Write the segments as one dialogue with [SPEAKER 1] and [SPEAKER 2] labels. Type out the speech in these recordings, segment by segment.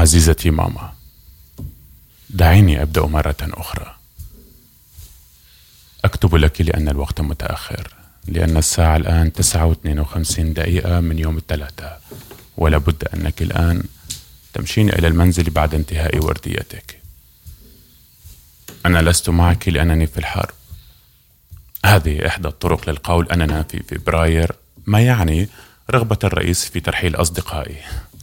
[SPEAKER 1] عزيزتي ماما، دعيني أبدأ مرة أخرى. أكتب لك لأن الوقت متأخر، لأن الساعة الآن 9:52 من يوم الثلاثاء، ولا بد أنك الآن تمشين إلى المنزل بعد انتهاء ورديتك. أنا لست معك لأنني في الحرب. هذه إحدى الطرق للقول أننا في فبراير، ما يعني رغبة الرئيس في ترحيل أصدقائي.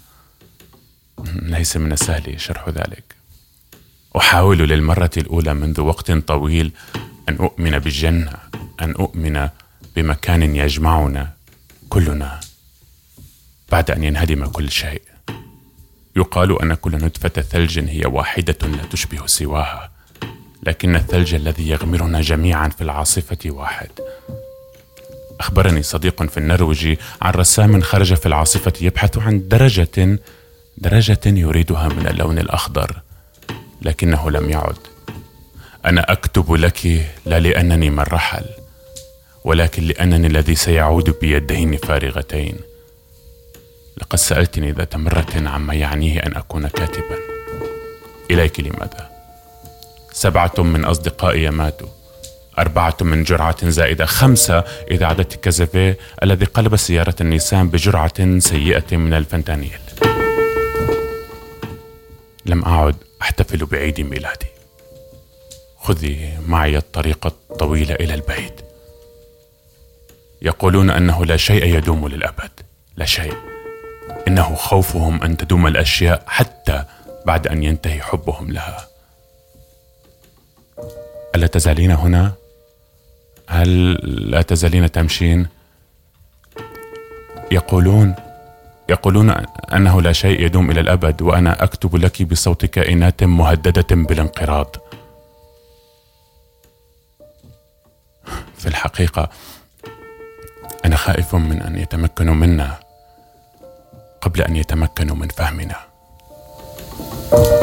[SPEAKER 1] ليس من السهل شرح ذلك. أحاول للمرة الأولى منذ وقت طويل أن أؤمن بالجنة، أن أؤمن بمكان يجمعنا كلنا بعد أن ينهدم كل شيء. يقال أن كل نتفة ثلج هي واحدة لا تشبه سواها، لكن الثلج الذي يغمرنا جميعا في العاصفة واحد. أخبرني صديق في النرويج عن رسام خرج في العاصفة يبحث عن درجة يريدها من اللون الأخضر، لكنه لم يعد. أنا أكتب لك لا لأنني من رحل، ولكن لأنني الذي سيعود بيدين فارغتين. لقد سألتني ذات مرة عما يعنيه أن أكون كاتبا. إليك لماذا؟ 7 من أصدقائي ماتوا، 4 من جرعة زائدة، 5 إذا عدت كازافيه الذي قلب سيارة النيسان بجرعة سيئة من الفنتانيل. لم أعد أحتفل بعيد ميلادي. خذي معي الطريق الطويل إلى البيت. يقولون أنه لا شيء يدوم للأبد، لا شيء. إنه خوفهم أن تدوم الأشياء حتى بعد أن ينتهي حبهم لها. ألا تزالين هنا؟ هل لا تزالين تمشين؟ يقولون أنه لا شيء يدوم إلى الأبد، وأنا أكتب لك بصوت كائنات مهددة بالانقراض. في الحقيقة أنا خائف من أن يتمكنوا منا قبل أن يتمكنوا من فهمنا.